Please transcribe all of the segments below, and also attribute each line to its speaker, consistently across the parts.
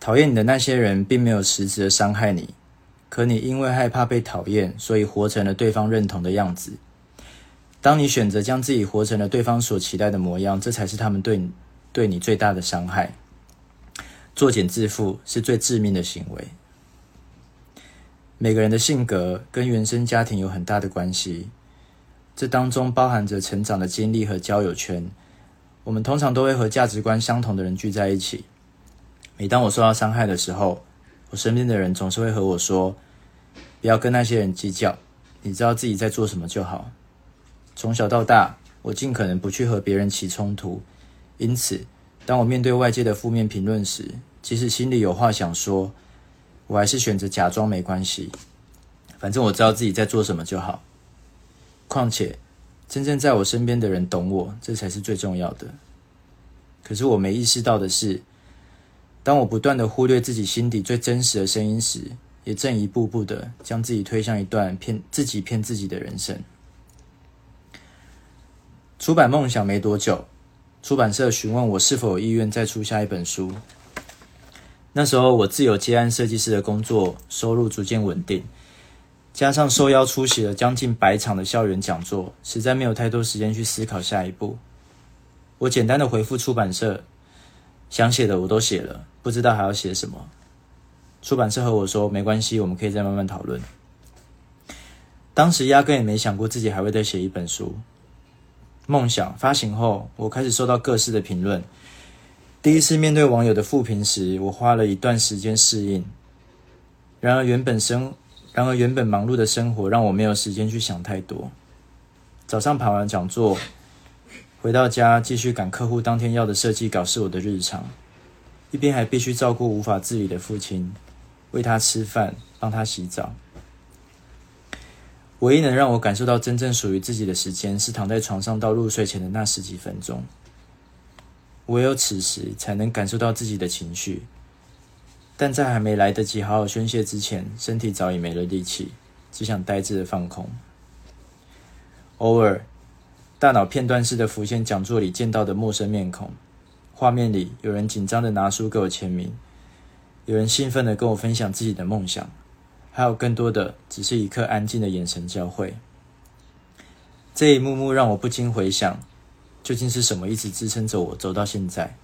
Speaker 1: 讨厌你的那些人并没有实质的伤害你，可你因为害怕被讨厌，所以活成了对方认同的样子。当你选择将自己活成了对方所期待的模样，这才是他们对你最大的伤害。作茧自缚是最致命的行为。每个人的性格跟原生家庭有很大的关系，这当中包含着成长的经历和交友圈。我们通常都会和价值观相同的人聚在一起。每当我受到伤害的时候，我身边的人总是会和我说，不要跟那些人计较，你知道自己在做什么就好。从小到大，我尽可能不去和别人起冲突，因此当我面对外界的负面评论时，即使心里有话想说，我还是选择假装没关系，反正我知道自己在做什么就好。况且真正在我身边的人懂我，这才是最重要的。可是我没意识到的是，当我不断的忽略自己心底最真实的声音时，也正一步步的将自己推向一段骗自己的人生。出版梦想没多久，出版社询问我是否有意愿再出下一本书。那时候我自有接案设计师的工作，收入逐渐稳定，加上受邀出席了将近100场的校园讲座，实在没有太多时间去思考下一步。我简单的回复出版社，想写的我都写了，不知道还要写什么。出版社和我说，没关系，我们可以再慢慢讨论。当时压根也没想过自己还会再写一本书。梦想发行后，我开始收到各式的评论。第一次面对网友的负评时，我花了一段时间适应。然而原本忙碌的生活让我没有时间去想太多。早上跑完讲座，回到家继续赶客户当天要的设计稿是我的日常，一边还必须照顾无法自理的父亲，喂他吃饭，帮他洗澡。唯一能让我感受到真正属于自己的时间，是躺在床上到入睡前的那10几分钟。唯有此时才能感受到自己的情绪，但在还没来得及好好宣泄之前，身体早已没了力气，只想呆滞的放空。偶尔，大脑片段式的浮现讲座里见到的陌生面孔，画面里有人紧张的拿书给我签名，有人兴奋的跟我分享自己的梦想，还有更多的只是一刻安静的眼神交汇。这一幕幕让我不禁回想，究竟是什么一直支撑着我走到现在？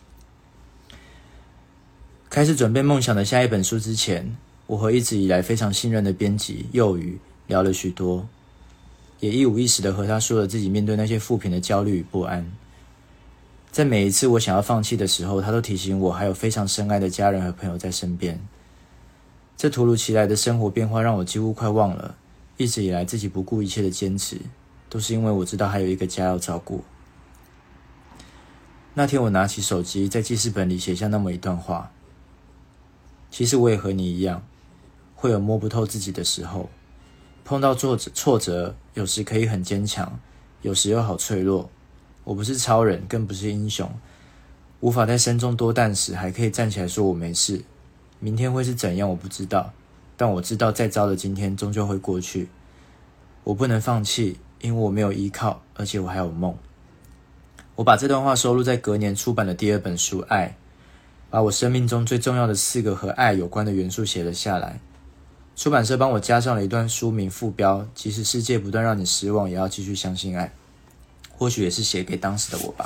Speaker 1: 开始准备梦想的下一本书之前，我和一直以来非常信任的编辑幼鱼聊了许多，也一五一十的和他说了自己面对那些负评的焦虑与不安。在每一次我想要放弃的时候，他都提醒我还有非常深爱的家人和朋友在身边。这突如其来的生活变化让我几乎快忘了，一直以来自己不顾一切的坚持，都是因为我知道还有一个家要照顾。那天我拿起手机，在记事本里写下那么一段话。其实我也和你一样，会有摸不透自己的时候，碰到挫折，有时可以很坚强，有时又好脆弱。我不是超人，更不是英雄，无法在生中多担时还可以站起来说我没事。明天会是怎样我不知道，但我知道再糟的今天终究会过去。我不能放弃，因为我没有依靠，而且我还有梦。我把这段话收录在隔年出版的第2本书《爱》，把我生命中最重要的4个和爱有关的元素写了下来。出版社帮我加上了一段书名副标，即使世界不断让你失望，也要继续相信爱。或许也是写给当时的我吧。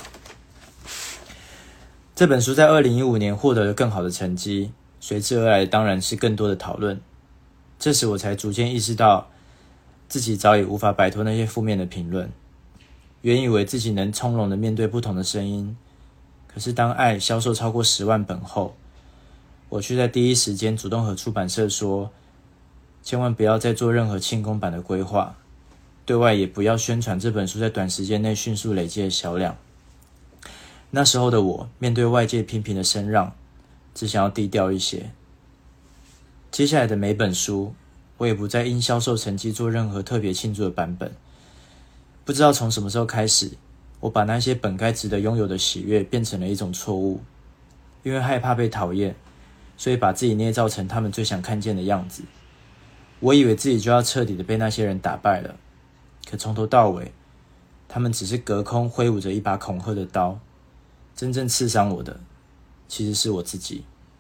Speaker 1: 这本书在2015年获得了更好的成绩，随之而来的当然是更多的讨论。这时我才逐渐意识到，自己早已无法摆脱那些负面的评论。原以为自己能从容地面对不同的声音，可是当爱销售超过10万本后，我却在第一时间主动和出版社说，千万不要再做任何庆功版的规划，对外也不要宣传这本书在短时间内迅速累积的销量。那时候的我，面对外界批评的声浪，只想要低调一些。接下来的每本书，我也不再因销售成绩做任何特别庆祝的版本。不知道从什么时候开始，我把那些本该值得拥有的喜悦变成了一种错误。因为害怕被讨厌，所以把自己捏造成他们最想看见的样子。我以为自己就要彻底的被那些人打败了，可从头到尾，他们只是隔空挥舞着一把恐吓的刀，真正刺伤我的，其实是我自己。